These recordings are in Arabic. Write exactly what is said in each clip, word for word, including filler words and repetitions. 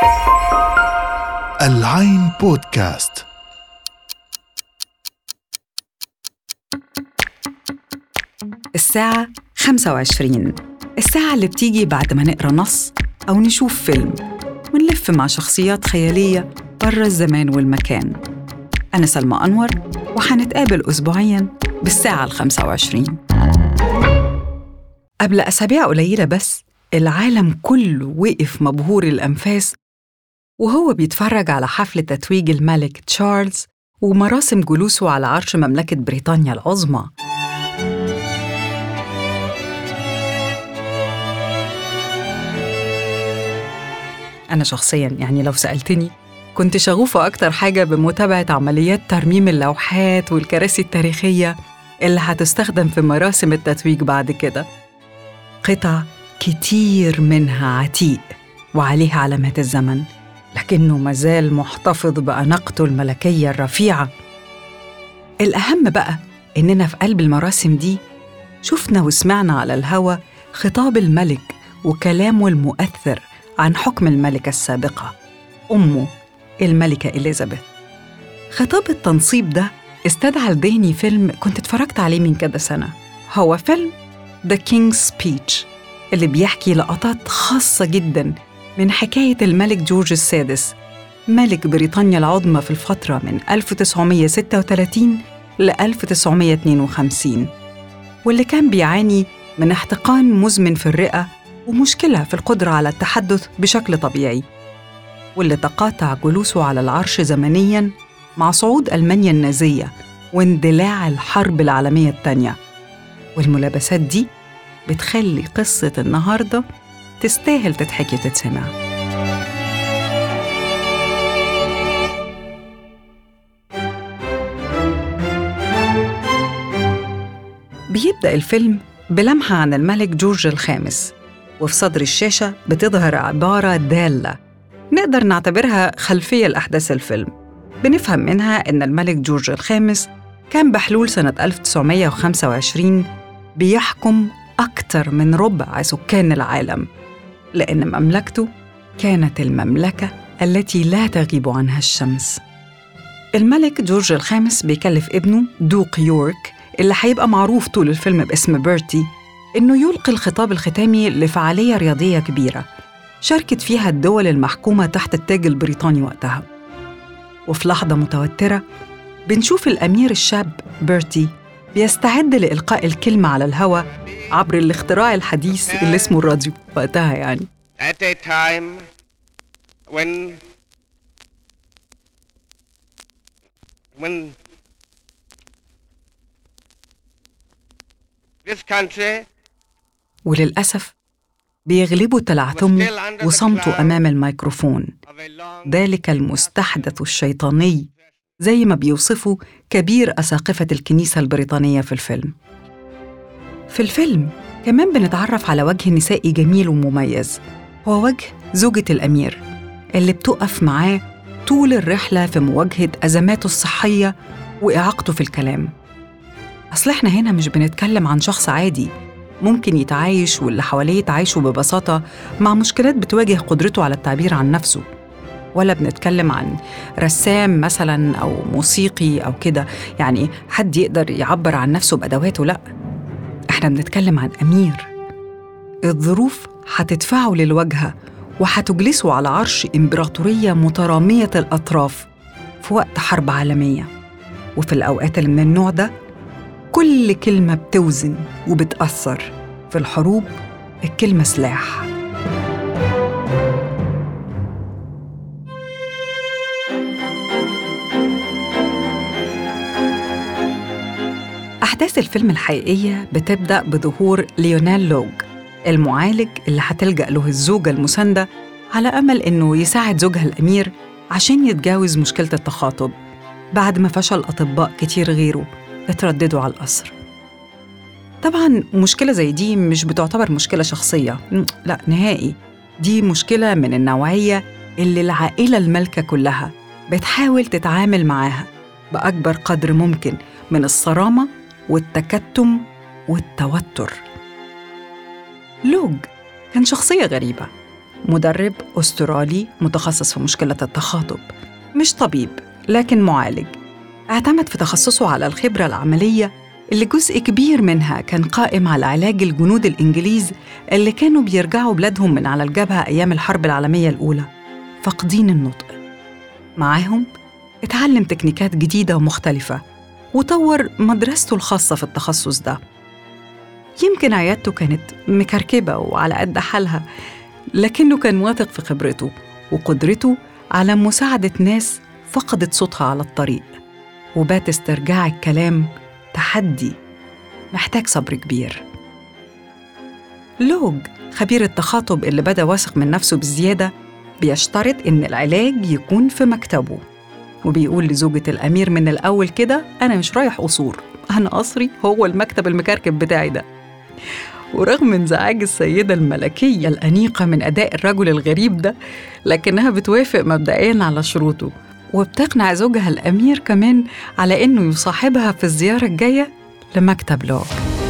العين بودكاست. الساعة خمسة وعشرين، الساعة اللي بتيجي بعد ما نقرأ نص أو نشوف فيلم ونلف مع شخصيات خيالية برا الزمان والمكان. أنا سلمى أنور، وحنتقابل أسبوعياً بالساعة الخمسة وعشرين. قبل أسابيع قليلة بس العالم كله وقف مبهور الأنفاس وهو بيتفرج على حفل تتويج الملك تشارلز ومراسم جلوسه على عرش مملكة بريطانيا العظمى. أنا شخصياً يعني لو سألتني كنت شغوفة أكتر حاجة بمتابعة عمليات ترميم اللوحات والكراسي التاريخية اللي هتستخدم في مراسم التتويج بعد كده. قطع كتير منها عتيق وعليها علامات الزمن، لكنه مازال محتفظ بأناقته الملكية الرفيعة. الأهم بقى إننا في قلب المراسم دي شفنا وسمعنا على الهوا خطاب الملك وكلامه المؤثر عن حكم الملكة السابقة أمه الملكة إليزابيث. خطاب التنصيب ده استدعى لذهني فيلم كنت اتفرجت عليه من كذا سنة، هو فيلم The King's Speech اللي بيحكي لقطات خاصة جداً من حكاية الملك جورج السادس ملك بريطانيا العظمى في الفترة من ألف وتسعمية وستة وثلاثين ل ألف وتسعمية واثنين وخمسين، واللي كان بيعاني من احتقان مزمن في الرئة ومشكلة في القدرة على التحدث بشكل طبيعي، واللي تقاطع جلوسه على العرش زمنياً مع صعود ألمانيا النازية واندلاع الحرب العالمية الثانية. والملابسات دي بتخلي قصة النهاردة تستاهل تتحكي وتتسمع. بيبدأ الفيلم بلمحة عن الملك جورج الخامس، وفي صدر الشاشة بتظهر عبارة دالة نقدر نعتبرها خلفية لأحداث الفيلم. بنفهم منها إن الملك جورج الخامس كان بحلول سنة ألف وتسعمية وخمسة وعشرين بيحكم أكثر من ربع سكان العالم، لأن مملكته كانت المملكة التي لا تغيب عنها الشمس. الملك جورج الخامس بيكلف ابنه دوق يورك اللي هيبقى معروف طول الفيلم باسم بيرتي إنه يلقي الخطاب الختامي لفعالية رياضية كبيرة شاركت فيها الدول المحكومة تحت التاج البريطاني وقتها. وفي لحظة متوترة بنشوف الأمير الشاب بيرتي بيستعد لإلقاء الكلمة على الهواء عبر الاختراع الحديث اللي اسمه الراديو وقتها. يعني At a time when when this country وللأسف بيغلبوا تلعثمه وصمته أمام الميكروفون، ذلك المستحدث الشيطاني زي ما بيوصفه كبير أساقفة الكنيسة البريطانية في الفيلم. في الفيلم كمان بنتعرف على وجه نسائي جميل ومميز، هو وجه زوجة الأمير اللي بتقف معاه طول الرحلة في مواجهة أزماته الصحية وإعاقته في الكلام. أصل إحنا هنا مش بنتكلم عن شخص عادي ممكن يتعايش واللي حواليه يتعايشوا ببساطة مع مشكلات بتواجه قدرته على التعبير عن نفسه، ولا بنتكلم عن رسام مثلاً أو موسيقي أو كده يعني حد يقدر يعبر عن نفسه بأدواته. لأ، إحنا بنتكلم عن أمير الظروف هتدفعه للواجهة وهتجلسه على عرش إمبراطورية مترامية الأطراف في وقت حرب عالمية. وفي الأوقات اللي من النوع ده كل كلمة بتوزن وبتأثر. في الحروب الكلمة سلاح. أحداث الفيلم الحقيقية بتبدأ بظهور ليونيل لوغ، المعالج اللي هتلجأ له الزوجة المساندة على أمل إنه يساعد زوجها الأمير عشان يتجاوز مشكلة التخاطب بعد ما فشل أطباء كتير غيره اترددوا على القصر. طبعاً مشكلة زي دي مش بتعتبر مشكلة شخصية، لا نهائي، دي مشكلة من النوعية اللي العائلة المالكة كلها بتحاول تتعامل معاها بأكبر قدر ممكن من الصرامة والتكتم والتوتر. لوغ كان شخصية غريبة، مدرب أسترالي متخصص في مشكلة التخاطب، مش طبيب لكن معالج. اعتمد في تخصصه على الخبرة العملية اللي جزء كبير منها كان قائم على علاج الجنود الإنجليز اللي كانوا بيرجعوا بلادهم من على الجبهة أيام الحرب العالمية الأولى فاقدين النطق. معاهم اتعلم تكنيكات جديدة ومختلفة وطور مدرسته الخاصة في التخصص ده. يمكن عيادته كانت مكركبة وعلى قد حالها، لكنه كان واثق في خبرته وقدرته على مساعدة ناس فقدت صوتها على الطريق، وبات استرجاع الكلام تحدي محتاج صبر كبير. لوغ خبير التخاطب اللي بدأ واثق من نفسه بزيادة بيشترط إن العلاج يكون في مكتبه، وبيقول لزوجة الأمير من الأول كده: أنا مش رايح قصور، أنا قصري هو المكتب المكركب بتاعي ده. ورغم انزعاج السيدة الملكية الأنيقة من أداء الرجل الغريب ده، لكنها بتوافق مبدئياً على شروطه، وبتقنع زوجها الأمير كمان على إنه يصاحبها في الزيارة الجاية لمكتب لوغ.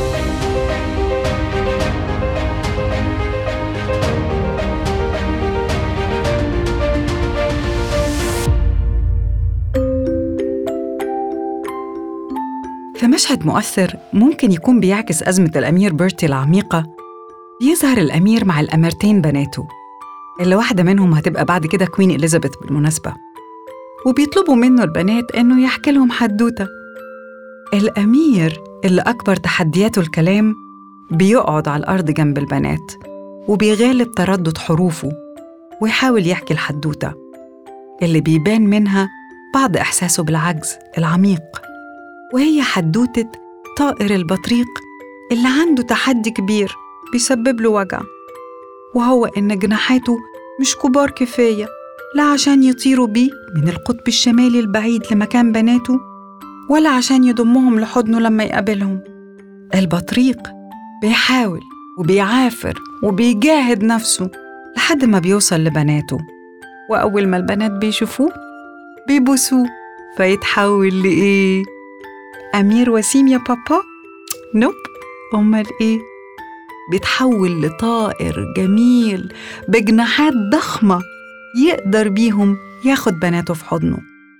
في مشهد مؤثر ممكن يكون بيعكس أزمة الأمير بيرتي العميقة، يظهر الأمير مع الأميرتين بناته اللي واحدة منهم هتبقى بعد كده كوين إليزابيث بالمناسبة، وبيطلبوا منه البنات إنه يحكي لهم حدوتة. الأمير اللي أكبر تحدياته الكلام بيقعد على الأرض جنب البنات وبيغالب تردد حروفه ويحاول يحكي الحدوتة اللي بيبان منها بعض إحساسه بالعجز العميق، وهي حدوتة طائر البطريق اللي عنده تحدي كبير بيسبب له وجع، وهو إن جناحاته مش كبار كفاية لا عشان يطيروا بيه من القطب الشمالي البعيد لمكان بناته، ولا عشان يضمهم لحضنه لما يقابلهم. البطريق بيحاول وبيعافر وبيجاهد نفسه لحد ما بيوصل لبناته، وأول ما البنات بيشوفوه بيبوسوه فيتحول لإيه؟ أمير وسيم يا بابا؟ نوب، أمال إيه؟ بيتحول لطائر جميل بجناحات ضخمة يقدر بيهم ياخد بناته في حضنه.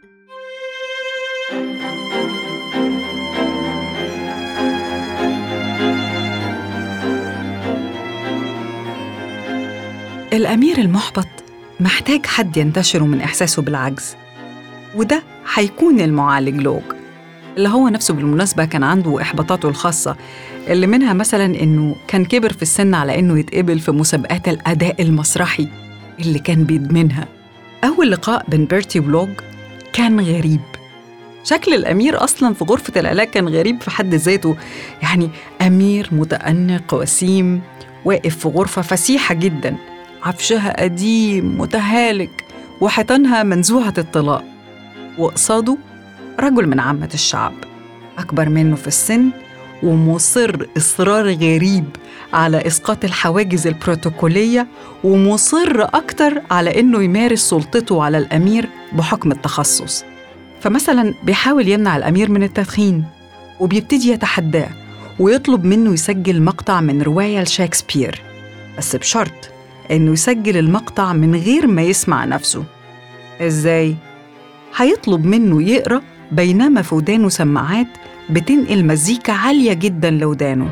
الأمير المحبط محتاج حد ينتشره من إحساسه بالعجز، وده هيكون المعالج لوغ اللي هو نفسه بالمناسبة كان عنده إحباطاته الخاصة، اللي منها مثلاً إنه كان كبر في السن على إنه يتقبل في مسابقات الأداء المسرحي اللي كان بيدمنها. أول لقاء بين بيرتي ولوغ كان غريب. شكل الأمير أصلاً في غرفة العلاج كان غريب في حد ذاته، يعني أمير متأنق وسيم واقف في غرفة فسيحة جداً، عفشها قديم متهالك وحيطانها منزوعة الطلاء، وقصاده رجل من عامة الشعب أكبر منه في السن ومصر إصرار غريب على إسقاط الحواجز البروتوكولية، ومصر أكتر على إنه يمارس سلطته على الأمير بحكم التخصص. فمثلاً بيحاول يمنع الأمير من التدخين، وبيبتدي يتحداه ويطلب منه يسجل مقطع من رواية لشكسبير، بس بشرط إنه يسجل المقطع من غير ما يسمع نفسه. إزاي؟ هيطلب منه يقرأ بينما في ودانه سماعات بتنقل مزيكا عالية جداً لودانه.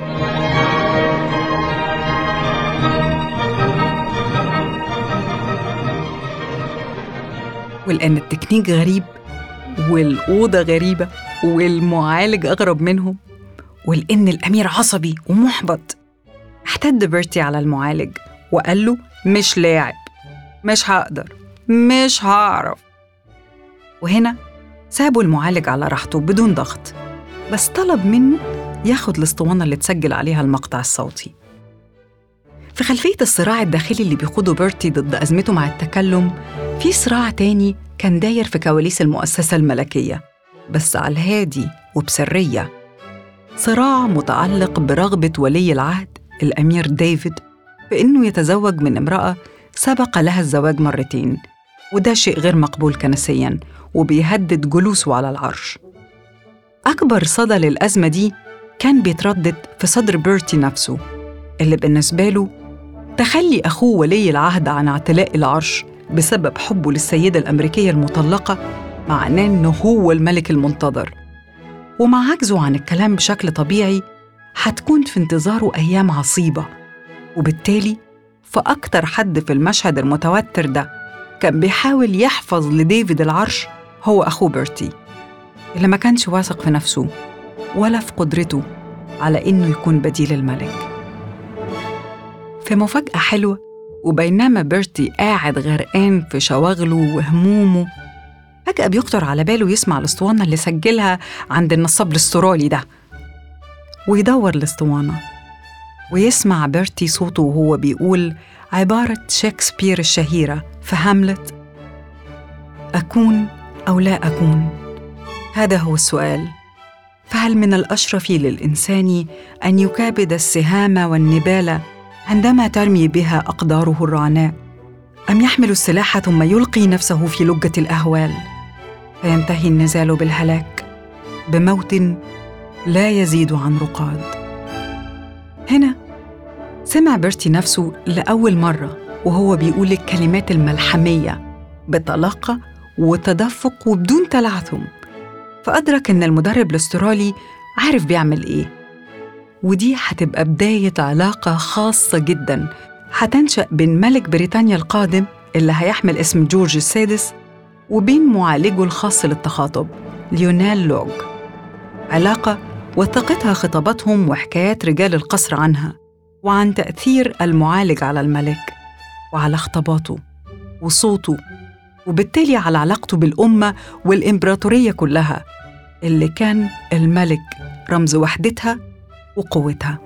ولأن التكنيك غريب والأوضة غريبة والمعالج أغرب منهم، ولأن الأمير عصبي ومحبط، احتد بيرتي على المعالج وقال له: مش لاعب، مش هقدر، مش هعرف. وهنا سابوا المعالج على راحته بدون ضغط، بس طلب منه ياخد الاسطوانة اللي تسجل عليها المقطع الصوتي. في خلفية الصراع الداخلي اللي بيخوضه بيرتي ضد أزمته مع التكلم، في صراع تاني كان داير في كواليس المؤسسة الملكية، بس على الهادي وبسرية. صراع متعلق برغبة ولي العهد الأمير ديفيد في إنه يتزوج من امرأة سبق لها الزواج مرتين، وده شيء غير مقبول كنسياً وبيهدد جلوسه على العرش. أكبر صدى للأزمة دي كان بيتردد في صدر بيرتي نفسه، اللي بالنسبة له تخلي أخوه ولي العهد عن اعتلاء العرش بسبب حبه للسيدة الأمريكية المطلقة معناه إنه هو الملك المنتظر. ومع عجزه عن الكلام بشكل طبيعي هتكون في انتظاره أيام عصيبة، وبالتالي فأكتر حد في المشهد المتوتر ده كان بيحاول يحفظ لديفيد العرش هو أخوه بيرتي، اللي ما كانش واثق في نفسه ولا في قدرته على إنه يكون بديل الملك. في مفاجأة حلوة، وبينما بيرتي قاعد غرقان في شواغله وهمومه، فجأة بيخطر على باله يسمع الأسطوانة اللي سجلها عند النصاب الاسترالي ده، ويدور الأسطوانة ويسمع بيرتي صوته وهو بيقول عبارة شكسبير الشهيرة في هاملت: أكون أو لا أكون؟ هذا هو السؤال. فهل من الأشرف للإنسان أن يكابد السهام والنبال عندما ترمي بها أقداره الرعناء، أم يحمل السلاح ثم يلقي نفسه في لجة الأهوال فينتهي النزال بالهلاك بموت لا يزيد عن رقاد؟ هنا سمع بيرتي نفسه لأول مرة وهو بيقول الكلمات الملحمية بطلاقة وتدفق وبدون تلعثم، فأدرك إن المدرب الأسترالي عارف بيعمل إيه. ودي هتبقى بداية علاقة خاصة جداً هتنشأ بين ملك بريطانيا القادم اللي هيحمل اسم جورج السادس وبين معالجه الخاص للتخاطب ليونيل لوغ، علاقة وثقتها خطاباتهم وحكايات رجال القصر عنها وعن تأثير المعالج على الملك وعلى خطاباته وصوته، وبالتالي على علاقته بالأمة والإمبراطورية كلها اللي كان الملك رمز وحدتها وقوتها.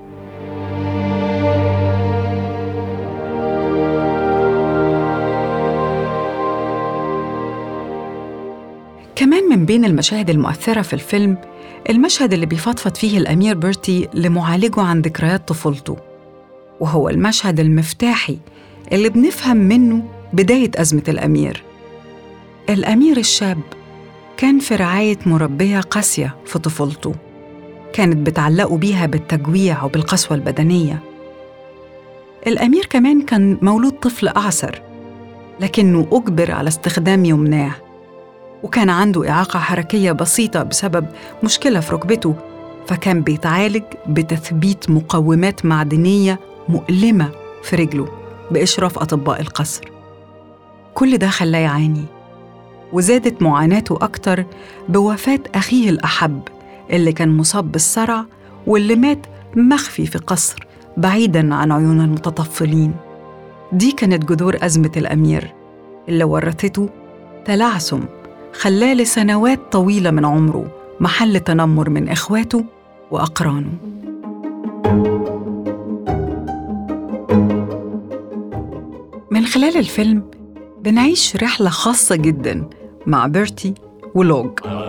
كمان من بين المشاهد المؤثرة في الفيلم المشهد اللي بيفضفض فيه الأمير بيرتي لمعالجه عن ذكريات طفولته، وهو المشهد المفتاحي اللي بنفهم منه بداية أزمة الأمير. الأمير الشاب كان في رعاية مربية قاسية في طفولته، كانت بتعلقه بيها بالتجويع وبالقسوة البدنية. الأمير كمان كان مولود طفل أعسر، لكنه أجبر على استخدام يمناه، وكان عنده إعاقة حركية بسيطة بسبب مشكلة في ركبته، فكان بيتعالج بتثبيت مقومات معدنية مؤلمة في رجله بإشراف أطباء القصر. كل ده خلاه يعاني، وزادت معاناته أكتر بوفاة أخيه الأحب اللي كان مصاب بالصرع واللي مات مخفي في قصر بعيداً عن عيون المتطفلين. دي كانت جذور أزمة الأمير اللي ورثته تلعثم خلاه لسنوات طويلة من عمره محل تنمر من إخواته وأقرانه. من خلال الفيلم بنعيش رحلة خاصة جداً مع بيرتي ولوغ،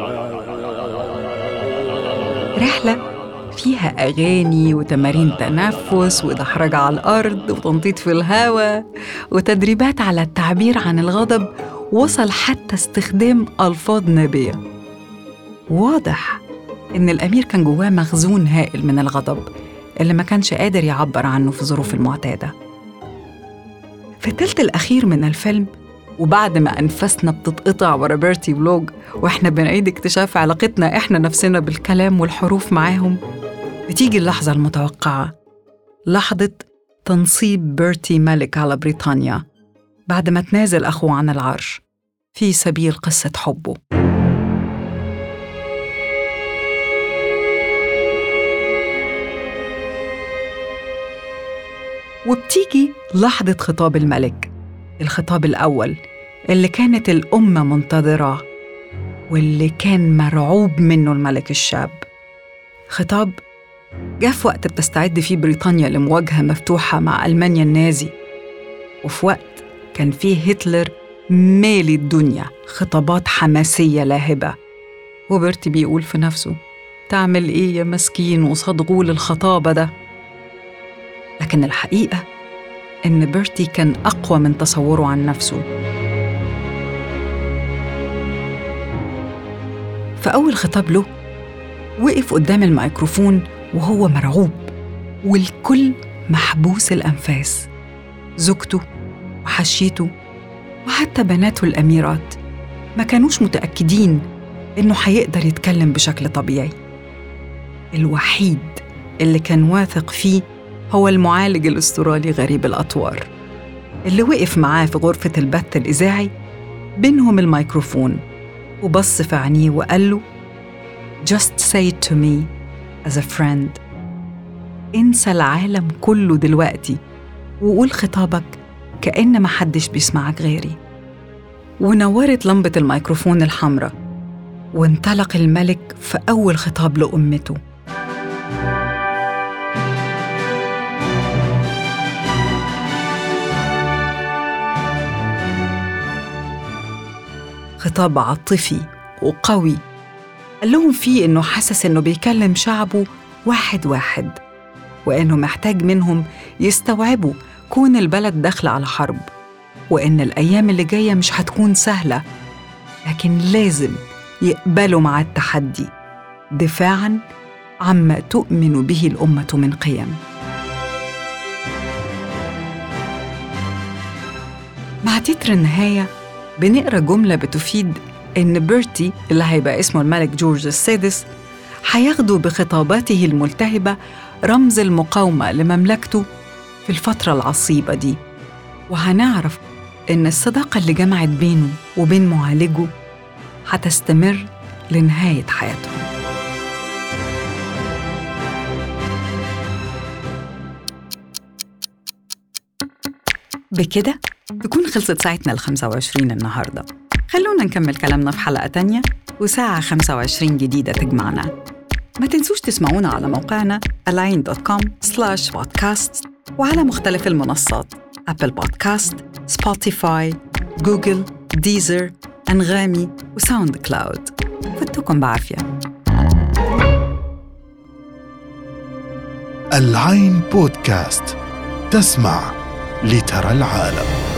رحلة فيها أغاني وتمارين تنفس ودحرجة على الأرض وتنطيط في الهواء وتدريبات على التعبير عن الغضب، وصل حتى استخدام ألفاظ نابية. واضح إن الأمير كان جواه مخزون هائل من الغضب اللي ما كانش قادر يعبر عنه في الظروف المعتادة. في الثلث الأخير من الفيلم، وبعد ما أنفسنا بتتقطع ورا بيرتي ولوغ وإحنا بنعيد اكتشاف علاقتنا إحنا نفسنا بالكلام والحروف معاهم، بتيجي اللحظة المتوقعة، لحظة تنصيب بيرتي ملك على بريطانيا بعد ما تنازل أخوه عن العرش في سبيل قصة حبه. وبتيجي لحظة خطاب الملك، الخطاب الأول اللي كانت الأمة منتظرة واللي كان مرعوب منه الملك الشاب. خطاب جاء في وقت بتستعد فيه بريطانيا لمواجهة مفتوحة مع ألمانيا النازي، وفي وقت كان فيه هتلر مالي الدنيا خطابات حماسية لاهبة. وبيرتي بيقول في نفسه تعمل إيه يا مسكين وصاد غول الخطابة ده؟ لكن الحقيقة إن بيرتي كان أقوى من تصوره عن نفسه. فأول خطاب له وقف قدام الميكروفون وهو مرعوب والكل محبوس الأنفاس، زوجته وحشيته وحتى بناته الأميرات ما كانوش متأكدين إنه هيقدر يتكلم بشكل طبيعي. الوحيد اللي كان واثق فيه هو المعالج الأسترالي غريب الأطوار اللي وقف معاه في غرفة البث الإذاعي بينهم الميكروفون وبص في عينيه وقال له Just say it to me as a friend. انسى العالم كله دلوقتي وقول خطابك كأن محدش بيسمعك غيري. ونورت لمبة الميكروفون الحمراء وانطلق الملك في أول خطاب لأمته. خطاب عاطفي وقوي قال لهم فيه إنه حسس إنه بيكلم شعبه واحد واحد، وإنه محتاج منهم يستوعبوا كون البلد داخلة على حرب، وإن الأيام اللي جاية مش هتكون سهلة، لكن لازم يقبلوا مع التحدي دفاعاً عما تؤمن به الأمة من قيم. مع تتر النهاية بنقرأ جملة بتفيد إن بيرتي اللي هيبقى اسمه الملك جورج السادس هياخده بخطاباته الملتهبة رمز المقاومة لمملكته في الفترة العصيبة دي، وهنعرف إن الصداقة اللي جمعت بينه وبين معالجه هتستمر لنهاية حياتهم. بكده تكون خلصت ساعتنا الخمسة وعشرين النهاردة. خلونا نكمل كلامنا في حلقة تانية وساعة خمسة وعشرين جديدة تجمعنا. ما تنسوش تسمعونا على موقعنا العين دوت كوم سلاش بودكاست وعلى مختلف المنصات أبل بودكاست، سبوتيفاي، جوجل، ديزر، أنغامي وساوند كلاود. فتكم بعافية. العين بودكاست، تسمع لترى العالم.